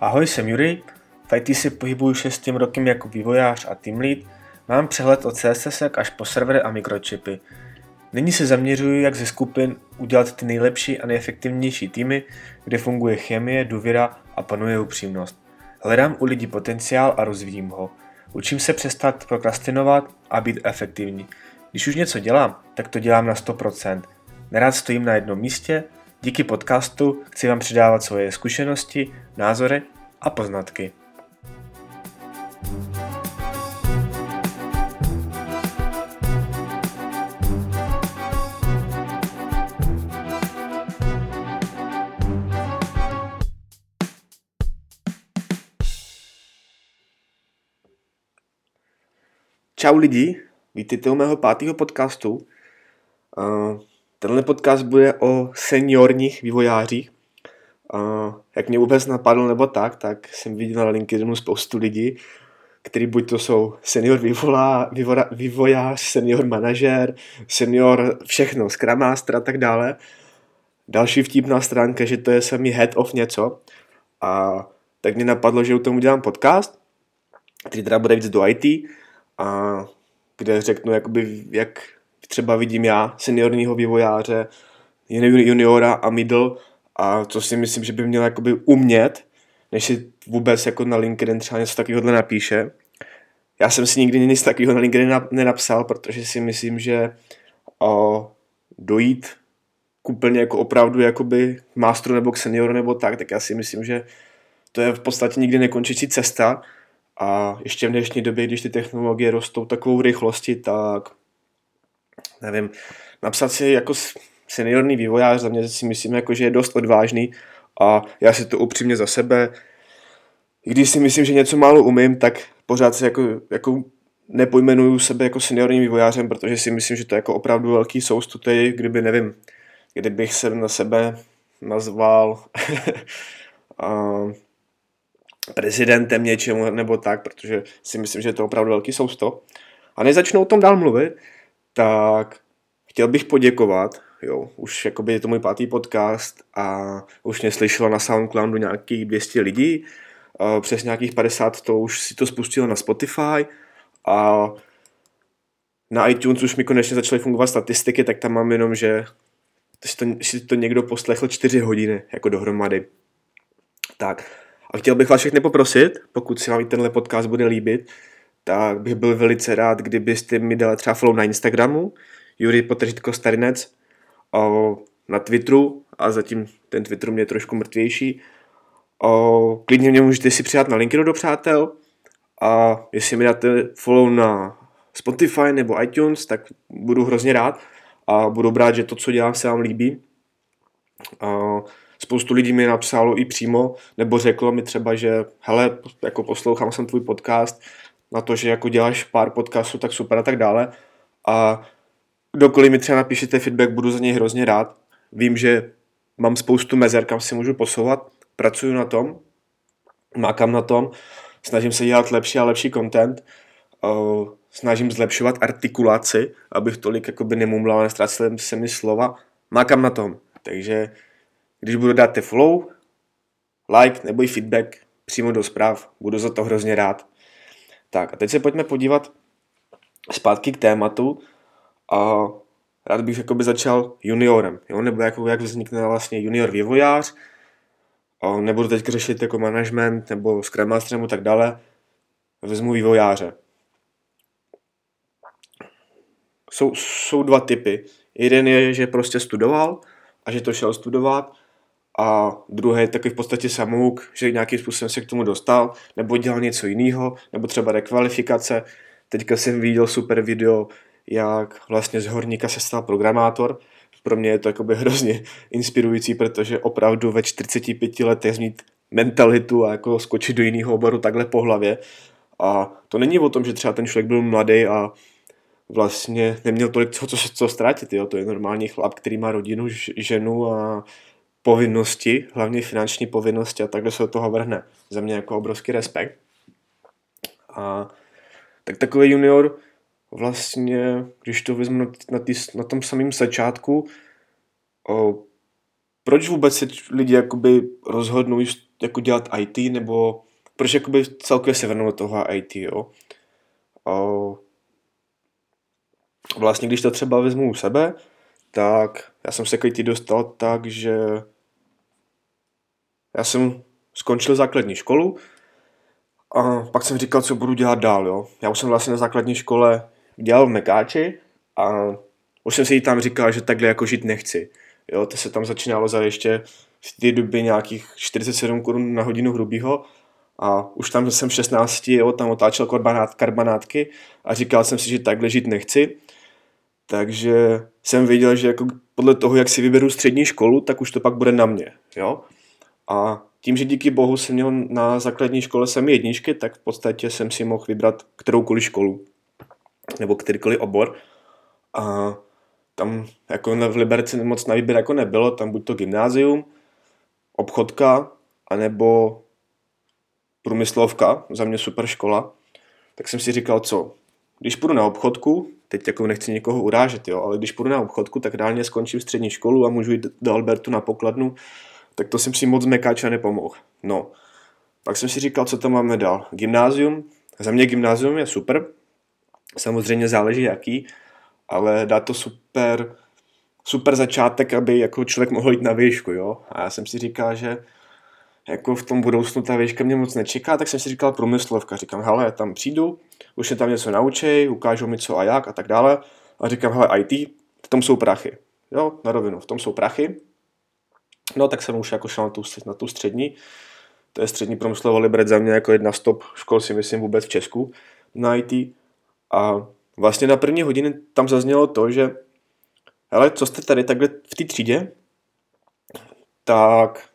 Ahoj, jsem Juri, v IT si pohybuju 6. rokem jako vývojář a team lead, mám přehled od CSS až po servery a mikročipy. Nyní se zaměřuji, jak ze skupin udělat ty nejlepší a nejefektivnější týmy, kde funguje chemie, důvěra a panuje upřímnost. Hledám u lidí potenciál a rozvíjím ho. Učím se přestat prokrastinovat a být efektivní. Když už něco dělám, tak to dělám na 100%. Nerád stojím na jednom místě, díky podcastu chci vám předávat svoje zkušenosti, názory a poznatky. Čau lidi, vítejte u mého 5. podcastu. Tenhle podcast bude o seniorních vývojářích. Jak mě vůbec napadlo nebo tak jsem viděl na LinkedInu spoustu lidí, kteří buď to jsou senior vývojář, senior manažer, senior všechno, Scrum Master a tak dále. Další vtipná stránka, že to je samý head of něco. A tak mě napadlo, že u tomu dělám podcast, který teda bude víc do IT, a kde řeknu, jakoby, jak třeba vidím já, seniorního vývojáře, juniora a middle, a co si myslím, že by měl jakoby umět, než si vůbec jako na LinkedIn třeba něco takového napíše. Já jsem si nikdy nic takového na LinkedIn nenapsal, protože si myslím, že dojít k úplně jako opravdu jakoby masteru nebo k senioru nebo tak já si myslím, že to je v podstatě nikdy nekončící cesta. A ještě v dnešní době, když ty technologie rostou takovou rychlostí, tak nevím, napsat si jako seniorní vývojář, za mě si myslím, jako, že je dost odvážný, a já si to upřímně za sebe, i když si myslím, že něco málo umím, tak pořád si jako nepojmenuju sebe jako seniorním vývojářem, protože si myslím, že to je jako opravdu velký soustutej, kdybych se na sebe nazval prezidentem něčemu nebo tak, protože si myslím, že je to opravdu velký sousto. A než začnu o tom dál mluvit, tak chtěl bych poděkovat, už jakoby je to můj 5. podcast a už mě slyšelo na SoundCloudu nějakých 200 lidí, přes nějakých 50 to už si to spustilo na Spotify a na iTunes už mi konečně začaly fungovat statistiky, tak tam mám jenom, že si to někdo poslechl 4 hodiny jako dohromady. Tak. A chtěl bych vás všechny poprosit, pokud si vám tenhle podcast bude líbit, tak bych byl velice rád, kdybyste mi dali třeba follow na Instagramu, Juri_Starinec, na Twitteru, a zatím ten Twitter mě je trošku mrtvější. Klidně mě můžete si přidat na LinkedInu do přátel, a jestli mi dáte follow na Spotify nebo iTunes, tak budu hrozně rád a budu brát, že to, co dělám, se vám líbí. Spoustu lidí mi napsalo i přímo, nebo řeklo mi třeba, že hele, jako poslouchám jsem tvůj podcast, na to, že jako děláš pár podcastů, tak super a tak dále. A kdokoliv mi třeba napíšete feedback, budu za něj hrozně rád. Vím, že mám spoustu mezer, kam si můžu posouvat, pracuju na tom, mákám na tom, snažím se dělat lepší a lepší content, snažím zlepšovat artikulaci, abych tolik jakoby nemumlal, nestrácel se mi slova, mákám na tom, takže když budu dáte follow, like nebo i feedback přímo do zpráv, budu za to hrozně rád. Tak a teď se pojďme podívat zpátky k tématu, a rád bych jakoby začal juniorem, nebo jak vznikne vlastně junior vývojář. Nebudu teď řešit jako management nebo Scrum Master a tak dále, vezmu vývojáře. Jsou 2 typy. Jeden je, že prostě studoval a že to šel studovat, a druhý je takový v podstatě samouk, že nějakým způsobem se k tomu dostal, nebo dělal něco jiného, nebo třeba rekvalifikace. Teďka jsem viděl super video, jak vlastně z horníka se stal programátor. Pro mě je to jakoby hrozně inspirující, protože opravdu ve 45 letech mít mentalitu a jako skočit do jiného oboru takhle po hlavě. A to není o tom, že třeba ten člověk byl mladý a vlastně neměl tolik co ztratit. To je normální chlap, který má rodinu, ženu a povinnosti, hlavně finanční povinnosti, a takhle se do toho vrhne. Za mě jako obrovský respekt. A tak takový junior vlastně, když to vezmu na tom samém začátku, proč vůbec se lidi jakoby rozhodnou jako dělat IT, nebo proč jakoby celkově se vrhnout do toho IT, jo. A vlastně, když to třeba vezmu u sebe, tak já jsem se k IT dostal tak, že já jsem skončil základní školu a pak jsem říkal, co budu dělat dál, jo. Já už jsem vlastně na základní škole dělal v Mekáči a už jsem si jí tam říkal, že takhle jako žít nechci. Jo, to se tam začínalo za ještě v té době nějakých 47 korun na hodinu hrubýho a už tam jsem v 16, jo, tam otáčel karbanátky a říkal jsem si, že takhle žít nechci. Takže jsem věděl, že jako podle toho, jak si vyberu střední školu, tak už to pak bude na mě, jo. A tím, že díky bohu jsem měl na základní škole sami jedničky, tak v podstatě jsem si mohl vybrat kteroukoliv školu nebo kterýkoliv obor. A tam jako v Liberci moc na výběr jako nebylo, tam buď to gymnázium, obchodka, anebo průmyslovka, za mě super škola. Tak jsem si říkal, co, když půjdu na obchodku, teď jako nechci někoho urážet, jo, ale když půjdu na obchodku, tak reálně skončím střední školu a můžu jít do Albertu na pokladnu, tak to jsem si moc Mekáča nepomohl. No, pak jsem si říkal, co tam máme dál. Gymnázium, za mě gymnázium je super, samozřejmě záleží jaký, ale dá to super začátek, aby jako člověk mohl jít na výšku, jo. A já jsem si říkal, že jako v tom budoucnu ta výška mě moc nečeká, tak jsem si říkal průmyslovka. Říkám, hele, já tam přijdu, už mě tam něco naučej, ukážou mi co a jak a tak dále. A říkám, hele, IT, v tom jsou prachy. Jo, na rovinu, v tom jsou prachy. No, tak jsem už jako šel na tu střední. To je střední průmyslová Liberec za mě jako jedna z top škol, si myslím, vůbec v Česku na IT. A vlastně na první hodiny tam zaznělo to, že hele, co jste tady takhle v té třídě, tak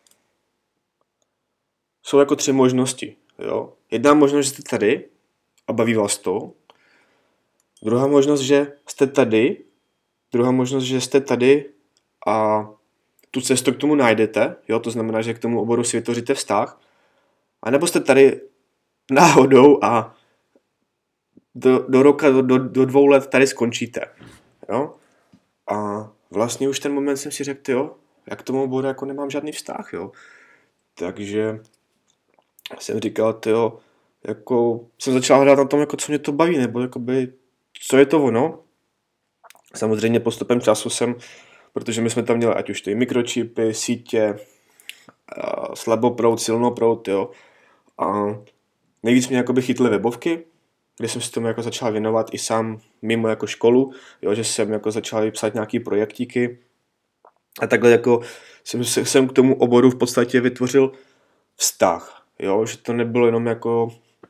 jsou jako 3 možnosti. Jo? Jedna možnost, že jste tady a baví vás to. Druhá možnost, že jste tady. Druhá možnost, že jste tady a tu cestu k tomu najdete. Jo? To znamená, že k tomu oboru si vytvoříte vztah. A nebo jste tady náhodou a do roka, do 2 let tady skončíte. Jo? A vlastně už ten moment jsem si řekl, jo, jak k tomu oboru jako nemám žádný vztah. Jo? Takže jsem říkal, tyjo, jako jsem začal hrát na tom, jako co mě to baví, nebo jakoby, co je to ono. Samozřejmě postupem času protože my jsme tam měli ať už ty mikročipy, sítě, slaboproud, silnoproud, jo. A nejvíc mě jakoby chytly webovky, kde jsem si tomu jako začal věnovat i sám mimo jako školu, jo, že jsem jako začal psát nějaký projektíky a takhle jako jsem k tomu oboru v podstatě vytvořil vztah, jo, že to nebylo jenom jako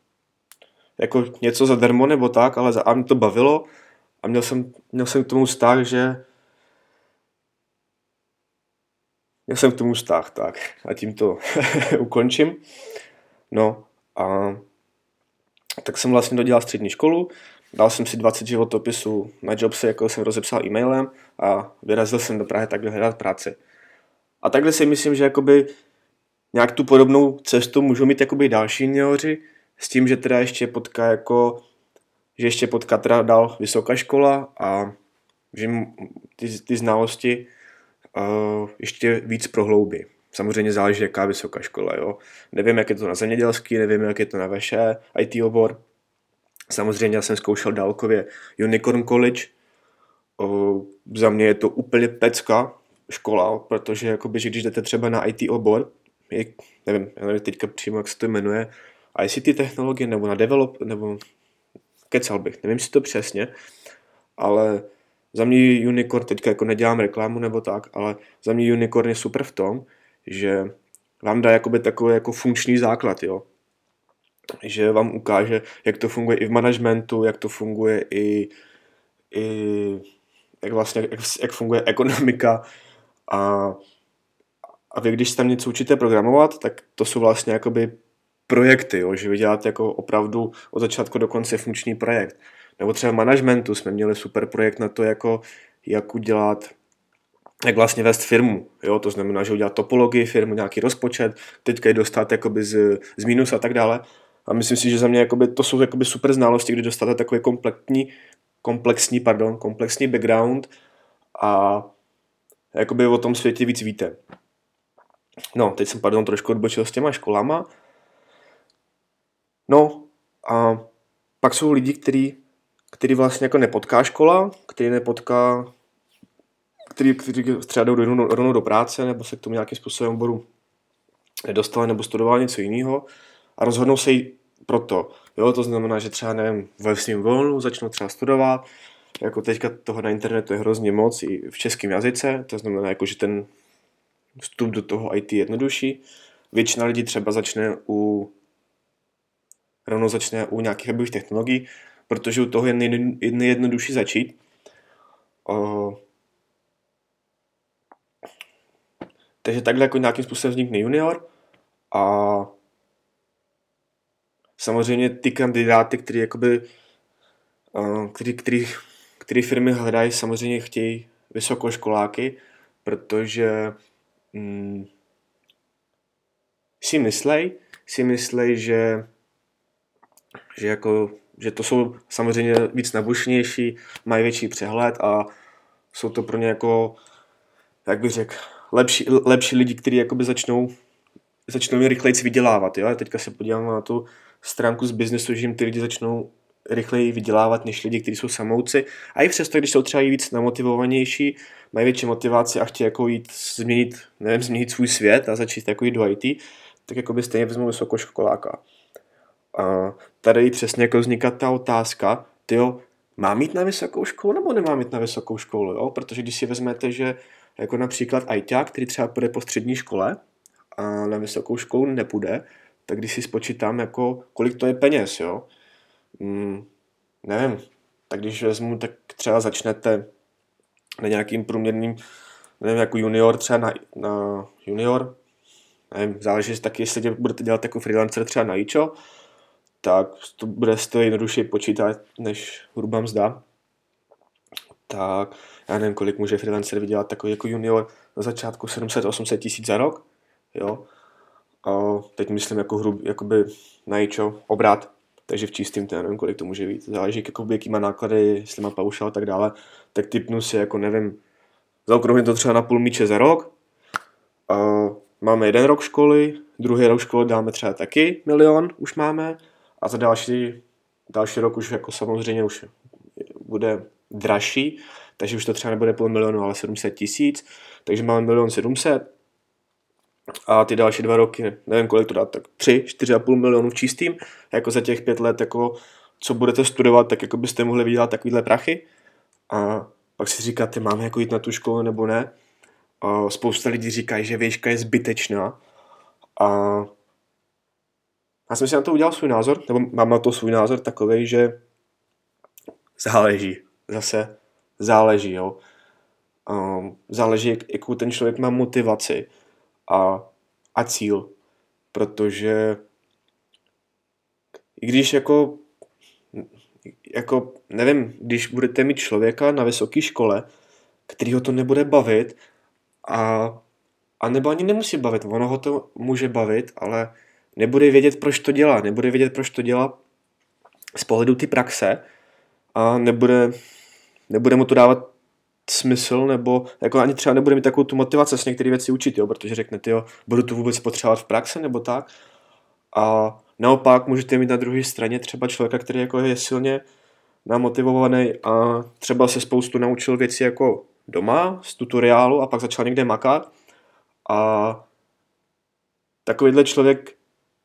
něco zadarmo nebo tak, ale a mě to bavilo a měl jsem k tomu vztah, tak a tím to ukončím. No a tak jsem vlastně dodělal střední školu, dal jsem si 20 životopisů na Jobsy, jako jsem rozepsal e-mailem a vyrazil jsem do Prahy takhle hledat práci. A takhle si myslím, že jakoby nějak tu podobnou cestu můžou mít jakoby další junioři, s tím, že teda ještě potká teda dál vysoká škola a že ty znalosti ještě víc prohloubí. Samozřejmě záleží, jaká vysoká škola, jo. Nevím, jak je to na zemědělský, nevím, jak je to na vaše IT obor. Samozřejmě já jsem zkoušel dálkově Unicorn College. Za mě je to úplně pecka škola, protože jakoby, že když jdete třeba na IT obor, nevím teďka přímo, jak se to jmenuje, ICT technologie nebo na develop, nebo kecal bych, nevím si to přesně, ale za mě Unicorn, teďka jako nedělám reklamu nebo tak, ale za mě Unicorn je super v tom, že vám dá jakoby takový jako funkční základ, jo. Že vám ukáže, jak to funguje i v managementu, jak to funguje i jak funguje ekonomika a vy, když tam něco učíte programovat, tak to jsou vlastně jakoby projekty, jo, že vy děláte jako opravdu od začátku do konce funkční projekt. Nebo třeba v managementu jsme měli super projekt na to, jak udělat, jak vlastně vést firmu. Jo? To znamená, že udělat topologii firmy, nějaký rozpočet, teďka je dostat jakoby z mínus a tak dále. A myslím si, že za mě jakoby, to jsou jakoby super znalosti, kdy dostáte takový komplexní background a jakoby o tom světě víc víte. No, teď jsem, pardon, trošku odbočil s těma školama. No a pak jsou lidi, který vlastně jako nepotká škola, který třeba jdou rovnou do práce, nebo se k tomu nějakým způsobem oboru nedostali, nebo studovali něco jiného a rozhodnou se jít proto. Jo, to znamená, že třeba, nevím, ve svým volnu začnou třeba studovat, jako teďka toho na internetu je hrozně moc i v českém jazyce, to znamená, jako, že ten vstup do toho IT je jednodušší. Většina lidí třeba rovnou začne u nějakých webových technologií, protože u toho je nejjednodušší začít. Takže takhle jako nějakým způsobem vznikne junior a samozřejmě ty kandidáty, který firmy hledají, samozřejmě chtějí vysokoškoláky, protože si myslej, že to jsou samozřejmě víc nabušenější, mají větší přehled a jsou to pro ně jako, jak bych řekl, lepší lidi, kteří jakoby začnou rychleji vydělávat. Jo? Já teďka se podívám na tu stránku z biznesu, že jim ty lidi začnou rychleji vydělávat než lidi, kteří jsou samouci. A i přesto, když jsou třeba i víc namotivovanější, mají větší motivaci a chtějí jako jít změnit svůj svět a začít jako jít do IT, tak jako by stejně vezmou vysokoškoláka. A tady přesně jako vzniká ta otázka, mám jít na vysokou školu nebo nemám jít na vysokou školu, jo? Protože když si vezmete, že jako například ITák, který třeba půjde po střední škole a na vysokou školu nepůjde, tak když si spočítám, jako, kolik to je peněz, jo? Nevím, tak když vezmu, tak třeba začnete na nějakým průměrným, nevím, jako junior, třeba na junior, nevím, záleží taky, jestli budete dělat jako freelancer třeba na ičo, tak to bude to jednodušší počítat než hrubá mzda. Tak já nevím, kolik může freelancer vydělat takový jako junior na začátku 700-800 tisíc za rok, jo. A teď myslím jako jakoby na ičo obrat, takže v čistým to nevím, kolik to může být. Záleží, jaký má náklady, jestli má paušál a tak dále, tak typnu si jako nevím, zaokrouhlím to třeba na půl míče za rok. A máme 1 rok školy, druhý rok školy dáme třeba taky 1 milion, už máme, a za další rok už jako samozřejmě už bude dražší, takže už to třeba nebude 500 000, ale 700 000, takže máme 1 700 000 a ty další 2 roky, nevím kolik to dát, tak 3-4,5 milionu v čistým, jako za těch 5 let, jako co budete studovat, tak jako byste mohli vydělat takovýhle prachy a pak si říkáte, máme jako jít na tu školu nebo ne. A spousta lidí říkají, že výška je zbytečná a já jsem si na to udělal svůj názor, nebo mám na to svůj názor takovej, že záleží, jo. Záleží, jakou ten člověk má motivaci a cíl, protože i když jako nevím, když budete mít člověka na vysoké škole, kterýho to nebude bavit a nebo ani nemusí bavit, ono ho to může bavit, ale nebude vědět, proč to dělá z pohledu ty praxe a nebude mu to dávat smysl, nebo jako ani třeba nebude mít takovou tu motivaci s některé věci učit, jo, protože řeknete, jo, budu to vůbec potřebovat v praxi, nebo tak. A naopak můžete mít na druhé straně třeba člověka, který jako je silně namotivovaný a třeba se spoustu naučil věci jako doma z tutoriálu a pak začal někde makat a takovýhle člověk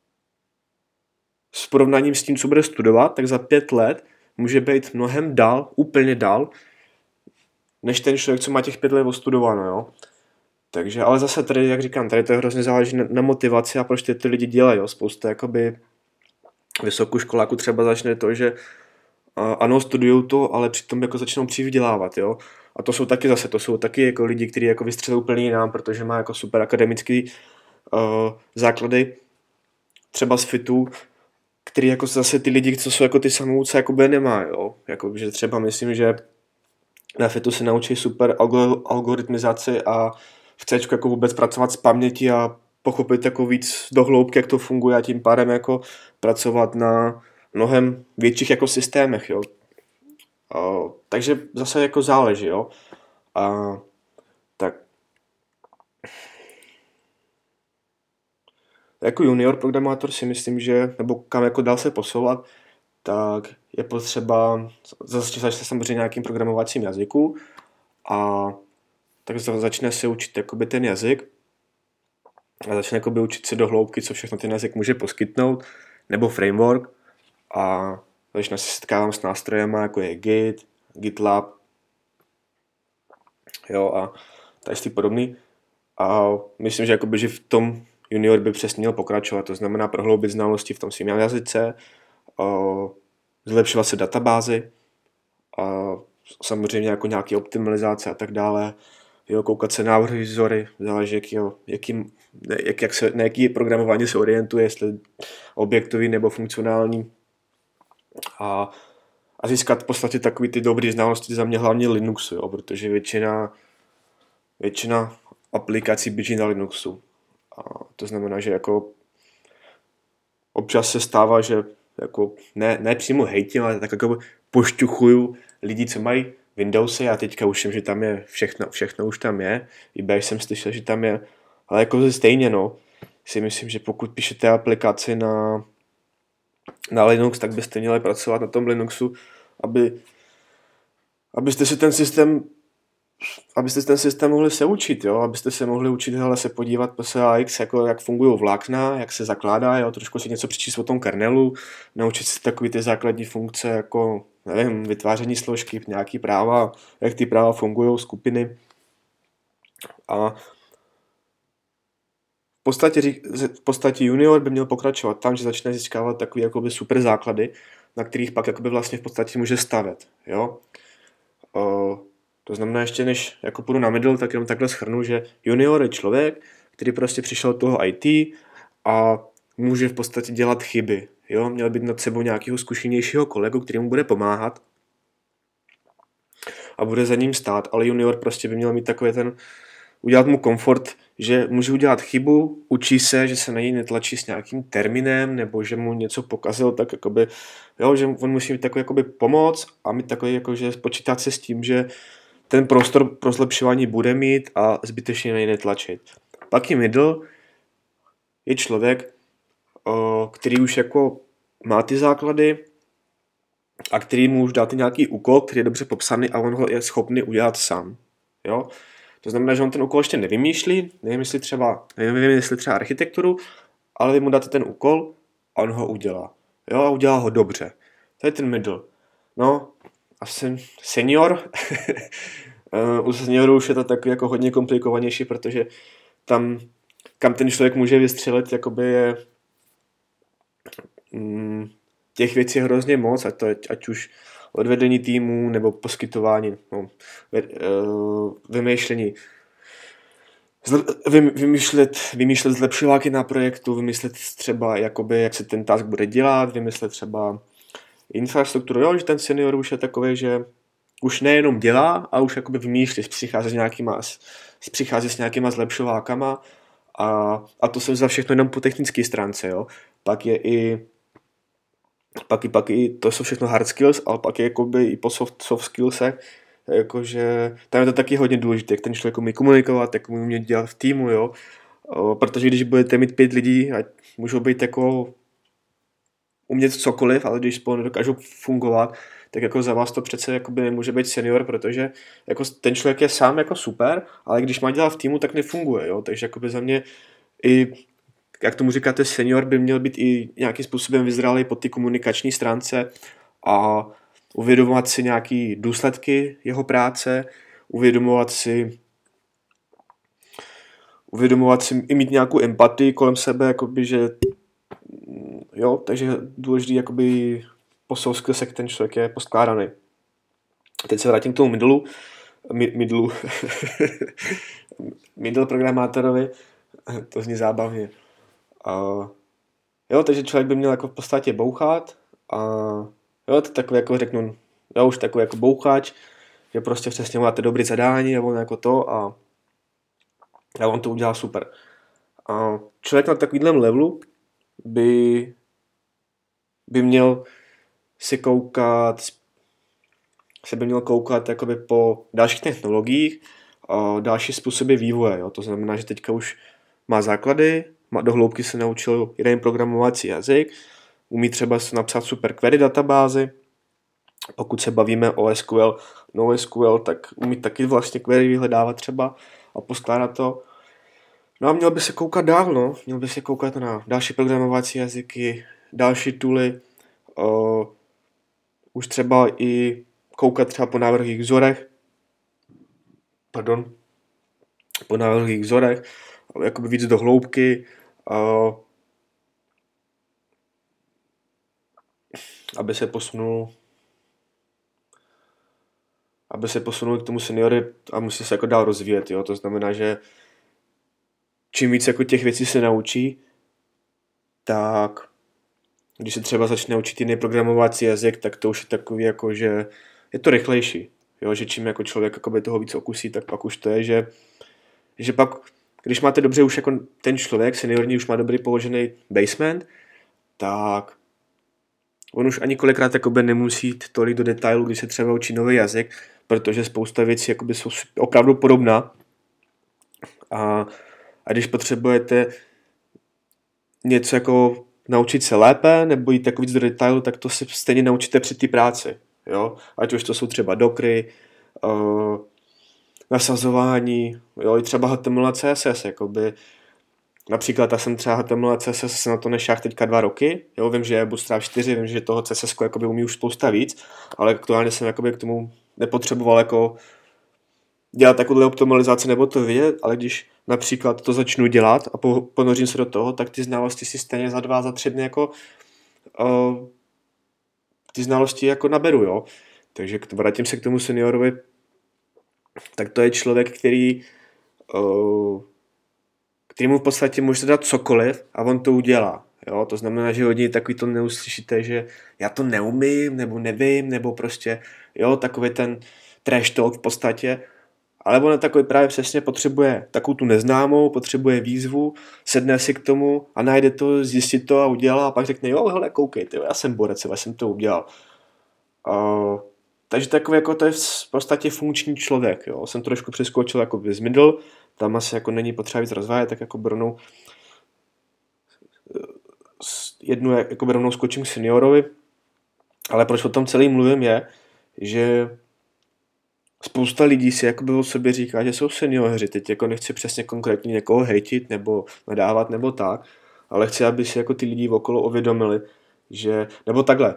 s porovnáním s tím, co bude studovat, tak za 5 let může být mnohem úplně dál, než ten člověk, co má těch 5 let ostudováno, jo. Takže, ale zase tady, jak říkám, tady to hrozně záleží na motivaci a proč ty lidi dělají, jo. Spousta jakoby vysokou školáku třeba začne to, že ano, studujou to, ale přitom jako začnou přivydělávat, jo. A to jsou taky jako lidi, kteří jako vystřelují úplně jinam, protože má jako super akademický základy, třeba z FITu, který jako zase ty lidi, co jsou jako ty samouce, jakoby nemá, jo. Jako, že třeba myslím, že na FITu se naučí super algoritmizaci a v C jako vůbec pracovat s pamětí a pochopit jako víc do hloubky, jak to funguje a tím pádem jako pracovat na mnohem větších jako systémech, jo. Takže zase jako záleží, jo. Tak. jako junior programátor si myslím, že, nebo kam jako dál se posouvat, tak je potřeba začne se samozřejmě nějakým programovacím jazyku a tak začne se učit jakoby ten jazyk a začne jakoby učit se do hloubky, co všechno ten jazyk může poskytnout, nebo framework a začne se setkávám s nástrojema, jako je Git, GitLab, jo, a tady podobný. A myslím, že, jakoby, že v tom junior by přesně měl pokračovat, to znamená prohloubit znalosti v tom svém jazyce, zlepšovat se databázy, a samozřejmě jako nějaký optimalizace a tak dále, jo, koukat se na vzory, záleží, na jaký programování se orientuje, jestli objektový nebo funkcionální. A získat v podstatě takový ty dobrý znalosti za mě hlavně Linuxu, jo, protože většina aplikací běží na Linuxu. A to znamená, že jako občas se stává, že jako ne přímo hejtím, ale tak jako pošťuchuju lidi, co mají Windowsy. Já teďka už vím, že tam je všechno už tam je. eBay jsem slyšel, že tam je. Ale jako stejně, no, si myslím, že pokud píšete aplikaci na Linux, tak byste měli pracovat na tom Linuxu, abyste ten systém mohli se učit, jo? Abyste se mohli učit se podívat po SAX, jako jak fungují vlákna, jak se zakládá, jo? Trošku si něco přečíst o tom kernelu, naučit se takový ty základní funkce, jako nevím, vytváření složky, nějaký práva, jak ty práva fungují, skupiny. A v podstatě junior by měl pokračovat tam, že začne získávat takový jakoby super základy, na kterých pak jakoby vlastně v podstatě může stavět, jo? To znamená, ještě než jako půjdu na middle, tak jenom takhle shrnu, že junior je člověk, který prostě přišel do toho IT a může v podstatě dělat chyby. Jo? Měl být nad sebou nějakého zkušenějšího kolegu, který mu bude pomáhat a bude za ním stát, ale junior prostě by měl mít takový udělat mu komfort, že může udělat chybu, učí se, že se na něj netlačí s nějakým termínem, nebo že mu něco pokazil, tak jakoby, jo, že on musí mít takový jakoby pomoc a mít takový, jako, že počítat se s tím, že ten prostor pro zlepšování bude mít a zbytečně na něj netlačit. Pak je middle, je člověk, který už jako má ty základy a který mu už dá nějaký úkol, který je dobře popsaný a on ho je schopný udělat sám. Jo? To znamená, že on ten úkol ještě nevymýšlí, nevím, jestli třeba architekturu, ale vy mu dáte ten úkol a on ho udělá. Jo? A udělá ho dobře. To je ten middle. No, a senior, u seniorů už je to takový jako hodně komplikovanější, protože tam, kam ten člověk může vystřelit, jakoby je těch věcí je hrozně moc, ať už odvedení týmu nebo poskytování, vymýšlení, vymýšlet zlepšováky na projektu, vymyslet třeba, jakoby, jak se ten task bude dělat, vymyslet třeba infrastrukturu, jo, že ten senior už je takový, že už nejenom dělá, a už jakoby vymýšlí, přichází s nějakýma zlepšovákama a to jsem za všechno jenom po technické stránce, jo. Pak i to jsou všechno hard skills, ale pak je jakoby i po soft skillsech, jakože tam je to taky hodně důležité, jak ten člověk umí komunikovat, jak umí dělat v týmu, jo. Protože když budete mít 5 lidí, ať můžou být jako umět cokoliv, ale když spolu nedokážou fungovat, tak jako za vás to přece jakoby nemůže být senior, protože jako ten člověk je sám jako super, ale když má dělat v týmu, tak nefunguje, jo. Takže jakoby za mě i, jak tomu říkáte, senior by měl být i nějakým způsobem vyzrálý po té komunikační stránce a uvědomovat si nějaký důsledky jeho práce, uvědomovat si i mít nějakou empatii kolem sebe, jakoby, že jo, takže důležitý jakoby po soft skillsech ten člověk je poskládaný. Teď se vrátím k tomu middle programátorovi, to zní zábavně. Jo, takže člověk by měl jako v podstatě bouchat a jo, to takový jako řeknu, jo, už takový jako bouchač, že prostě přesně máte dobrý zadání nebo jako to a on to udělá super. A člověk na takovýmhle levelu by měl koukat jakoby po dalších technologiích a další způsoby vývoje. Jo. To znamená, že teďka už má základy, do hloubky se naučil jeden programovací jazyk, umí třeba napsat super query databázy, pokud se bavíme o SQL, NoSQL, tak umí taky vlastně query vyhledávat třeba a poskládat to. No a měl by se koukat dál, no. Měl by se koukat na další programovací jazyky, další tooly, už třeba i koukat třeba po návrhových vzorech, jakoby víc do hloubky, aby se posunul k tomu seniory a musí se jako dál rozvíjet, jo. To znamená, že čím víc jako těch věcí se naučí, tak když se třeba začne učit jiný programovací jazyk, tak to už je takový jako, že je to rychlejší, jo, že čím jako člověk jakoby toho víc okusí, tak pak už to je, že pak, když máte dobře už jako ten člověk, seniorní už má dobrý položený basement, tak on už ani kolikrát jakoby nemusí jít tolik do detailu, když se třeba učí nový jazyk, protože spousta věcí jakoby jsou opravdu podobná. A když potřebujete něco jako naučit se lépe, nebo jít jako víc do detailu, tak to se stejně naučíte při té práci. Jo? Ať už to jsou třeba dokry, nasazování, jo? I třeba HTML a CSS. Jakoby. Například já jsem třeba HTML a CSS na to nešách teďka 2 roky. Jo? Vím, že je Bootstrap 4, vím, že toho CSS umí už spousta víc, ale aktuálně jsem jakoby k tomu nepotřeboval jako dělat takovou optimalizaci nebo to vidět, ale když například to začnu dělat a ponořím se do toho, tak ty znalosti si stejně za 2, za 3 dny jako ty znalosti jako naberu, jo. Takže vrátím se k tomu seniorovi, tak to je člověk, který mu v podstatě může dát cokoliv a on to udělá. Jo? To znamená, že hodně takový to neuslyšíte, že já to neumím, nebo nevím, nebo prostě, jo, takový ten trash talk v podstatě, ale on takový právě přesně potřebuje takovou tu neznámou, potřebuje výzvu, sedne si k tomu a najde to, zjistí to a udělá a pak řekne, jo, hele, koukejte, já jsem borec, já jsem to udělal. Takže takový jako to je v podstatě funkční člověk, jo. Jsem trošku přeskočil jako z middle, tam asi jako není potřeba víc rozvájet, tak jako rovnou skočím k seniorovi, ale proč o tom celý mluvím je, že spousta lidí si jakoby o sobě říká, že jsou seniori, teď jako nechci přesně konkrétně někoho hejtit nebo nadávat nebo tak, ale chci, aby si jako ty lidi okolo uvědomili, že, nebo takhle,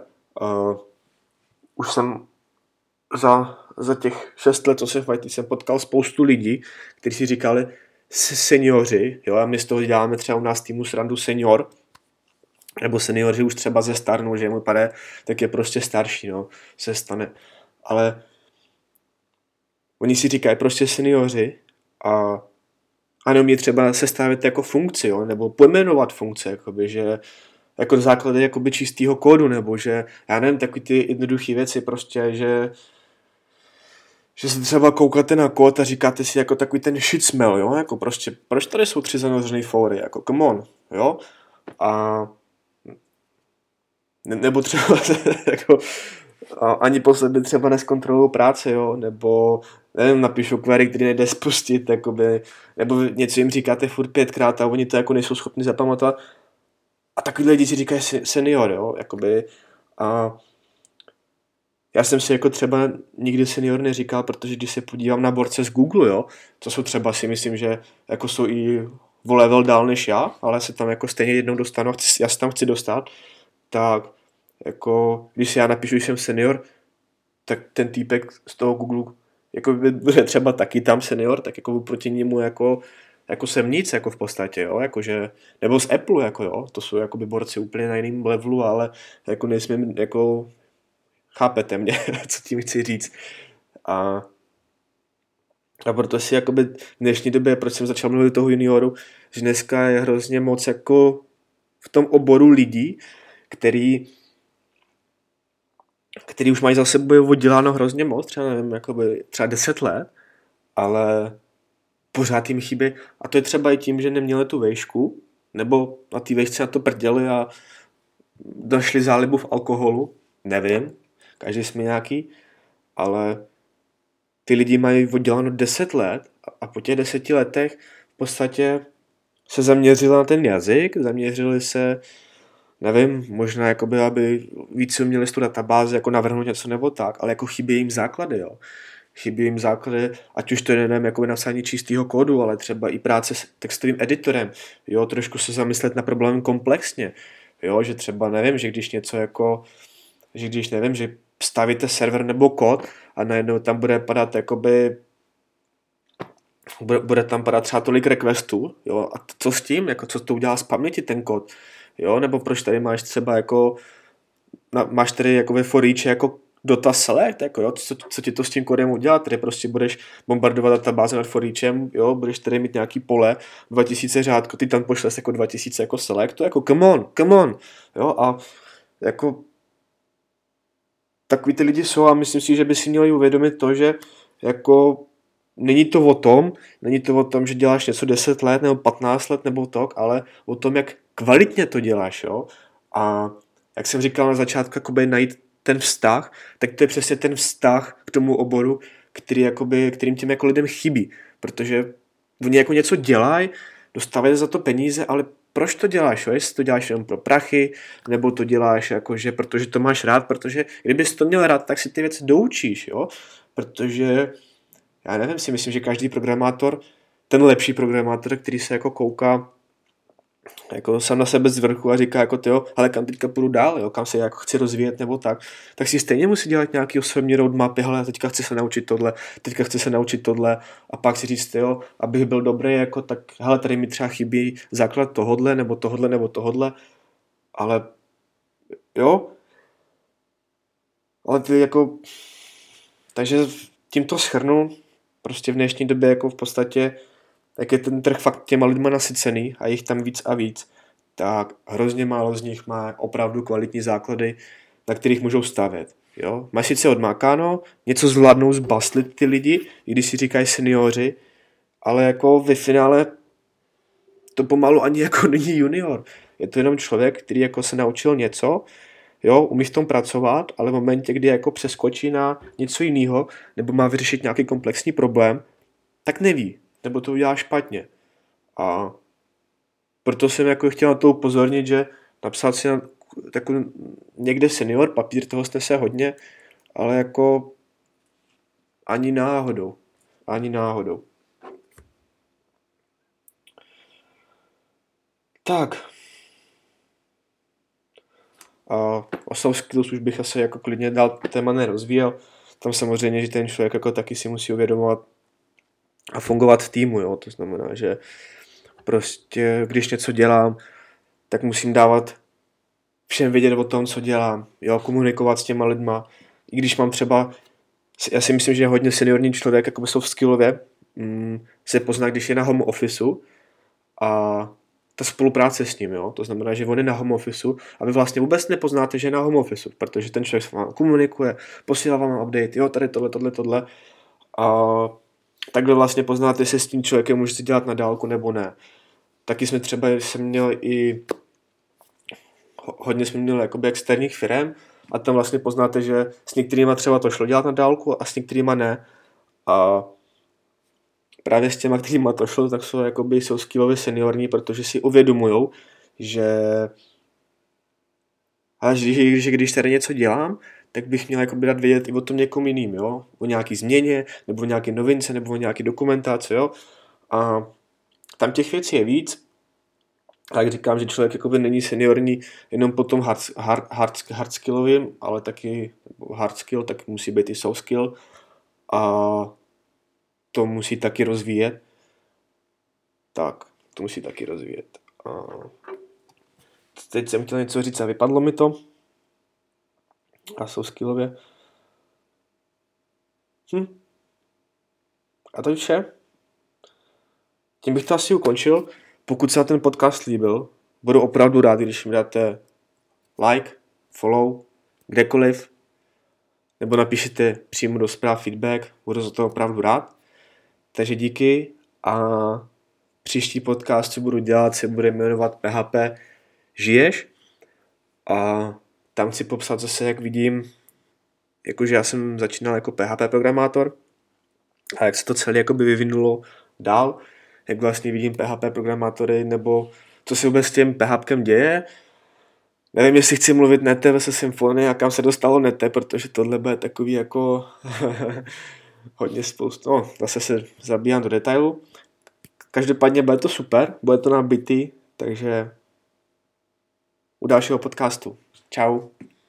už jsem za těch 6 let, co jsem v IT, jsem potkal spoustu lidí, kteří si říkali seniori, jo, a my z toho děláme třeba u nás týmu srandu senior, nebo seniori už třeba ze starnou, že můj pade, tak je prostě starší, no, se stane. Ale oni si říkají prostě seniori a neumí třeba sestavit jako funkci, jo, nebo pojmenovat funkce, jakoby, že jako do základy jakoby čistýho kódu, nebo že, já nevím, takový ty jednoduché věci prostě, že se třeba koukáte na kód a říkáte si jako takový ten shit smell, jo, jako prostě, proč tady jsou 3 zanořený fóry, jako come on, jo, a nebo třeba jako ani po sobě třeba neskontrolují práci, jo, nebo nevím, napíšu query, který nejde spustit, jakoby, nebo něco jim říkáte furt 5krát a oni to jako nejsou schopni zapamatovat. A takovýhle lidi si říkají senior, jo, jakoby. A já jsem si jako třeba nikdy senior neříkal, protože když se podívám na borce z Google, jo, to jsou třeba si myslím, že jako jsou i o level dál než já, ale se tam jako stejně jednou dostanu, já se tam chci dostat, tak jako, když si já napíšu, že jsem senior, tak ten týpek z toho Google jako bude třeba taky tam senior, tak jako proti němu jako jsem nic, jako v podstatě, jo, jakože, nebo z Apple, jako jo, to jsou jakoby borci úplně na jiném levelu, ale jako nejsme, jako, chápete mě, co tím chci říct. A proto si jakoby v dnešní době, proč jsem začal mluvit toho junioru, že dneska je hrozně moc jako v tom oboru lidí, který už mají za sebou odděláno hrozně moc, třeba nevím, jakoby, třeba 10 let, ale pořád jim chybí. A to je třeba i tím, že neměli tu vejšku, nebo na té vejšce na to prděli a došli zálibu v alkoholu, nevím, každý jsme nějaký, ale ty lidi mají odděláno 10 let a po těch 10 letech v podstatě se zaměřila na ten jazyk, zaměřili se, nevím, možná jakoby, aby víc uměli z tu databáze jako navrhnout něco nebo tak, ale jako chybí jim základy, jo. Chybí jim základy, ať už to je jenom jakoby napsání čistého kódu, ale třeba i práce s textovým editorem, jo, trošku se zamyslet na problém komplexně, jo, že třeba nevím, že když něco jako, že když nevím, že stavíte server nebo kód a najednou tam bude padat jakoby bude tam padat třeba tolik requestů, jo, a co s tím, jako co to udělá z paměti ten kód, jo, nebo proč tady máš třeba jako, máš tady jako ve for each jako dotaz select, jako jo, co ti to s tím kódem udělá, tady prostě budeš bombardovat databáze nad for eachem, jo, budeš tady mít nějaký pole, 2000 řádko, ty tam pošleš jako 2000 jako select, to jako come on, jo, a jako takový ty lidi jsou a myslím si, že by si měli uvědomit to, že jako není to o tom, že děláš něco 10 let nebo 15 let nebo tak, ale o tom, jak kvalitně to děláš, jo. A jak jsem říkal na začátku, jakoby najít ten vztah, tak to je přesně ten vztah k tomu oboru, kterým těm jako lidem chybí, protože oni jako něco dělají, dostávají za to peníze, ale proč to děláš, jo? Jestli to děláš jenom pro prachy, nebo to děláš jakože, protože to máš rád, protože kdybys to měl rád, tak si ty věci doučíš, jo? Protože já nevím, si myslím, že každý programátor, ten lepší programátor, který se jako kouká jako sám na sebe z vrchu a říká jako tyjo, ale kam teďka půjdu dál, jo, kam se jako chci rozvíjet nebo tak si stejně musí dělat nějaký osobní roadmapy, hele, teďka chci se naučit tohle a pak si říct, jo, abych byl dobrý, jako tak, hele, tady mi třeba chybí základ tohodle, nebo tohodle, ale jo, ale ty jako, takže tímto shrnu, prostě v dnešní době jako v podstatě, jak je ten trh fakt těma lidma nasycený a jich tam víc a víc, tak hrozně málo z nich má opravdu kvalitní základy, na kterých můžou stavět. Jo? Máš sice odmákáno, něco zvládnou zbastlit ty lidi, i když si říkají seniori, ale jako ve finále to pomalu ani jako není junior. Je to jenom člověk, který jako se naučil něco, jo, umí v tom pracovat, ale v momentě, kdy jako přeskočí na něco jiného, nebo má vyřešit nějaký komplexní problém, tak neví, nebo to udělá špatně. A proto jsem jako chtěl na to upozornit, že napsat si na takový někde senior papír, toho snese hodně, ale jako ani náhodou. Ani náhodou. Tak. A o soft skills už bych asi jako klidně dál téma nerozvíjel. Tam samozřejmě, že ten člověk jako taky si musí uvědomovat a fungovat v týmu, jo. To znamená, že prostě když něco dělám, tak musím dávat všem vědět o tom, co dělám, jo, komunikovat s těma lidma. I když mám třeba, já si myslím, že hodně seniorní člověk, jako soft skillově, se pozná, když je na home officeu a ta spolupráce s ním, jo, to znamená, že on je na home officeu a vy vlastně vůbec nepoznáte, že je na home officeu, protože ten člověk s vámi komunikuje, posílá vám update, jo, tady tohle a takhle vlastně poznáte, jestli s tím člověkem můžete dělat na dálku nebo ne. Taky jsem měl i hodně jsme měli jakoby externích firem a tam vlastně poznáte, že s některýma třeba to šlo dělat na dálku a s některýma ne. A právě s těma, kterýma to šlo, tak jsou skillově seniorní, protože si uvědomujou, že když tady něco dělám, tak bych měl jakoby dát vědět i o tom někomu jiným, jo? O nějaký změně, nebo o nějaké novince, nebo o nějaké dokumentace, jo? A tam těch věcí je víc. A jak říkám, že člověk jakoby není seniorní jenom po tom hard skillovým, ale taky hard skill, tak musí být i soft skill a to musí taky rozvíjet. Tak, to musí taky rozvíjet. A teď jsem chtěl něco říct a vypadlo mi to. A soft skillově. A to je vše. Tím bych to asi ukončil. Pokud se na ten podcast líbil, budu opravdu rád, když mi dáte like, follow, kdekoliv, nebo napíšete přímo do zpráv feedback, budu za to opravdu rád. Takže díky a příští podcast, co budu dělat, se bude jmenovat PHP Žiješ a tam chci popsat zase, jak vidím, jakože já jsem začínal jako PHP programátor a jak se to celé jakoby vyvinulo dál, jak vlastně vidím PHP programátory, nebo co se vůbec s tím PHPkem děje. Nevím, jestli chci mluvit nete se Symfony a kam se dostalo nete, protože tohle bude takový jako hodně spoustu. No, zase se zabíjám do detailu. Každopádně bude to super, bude to nabitý, takže u dalšího podcastu. Čau.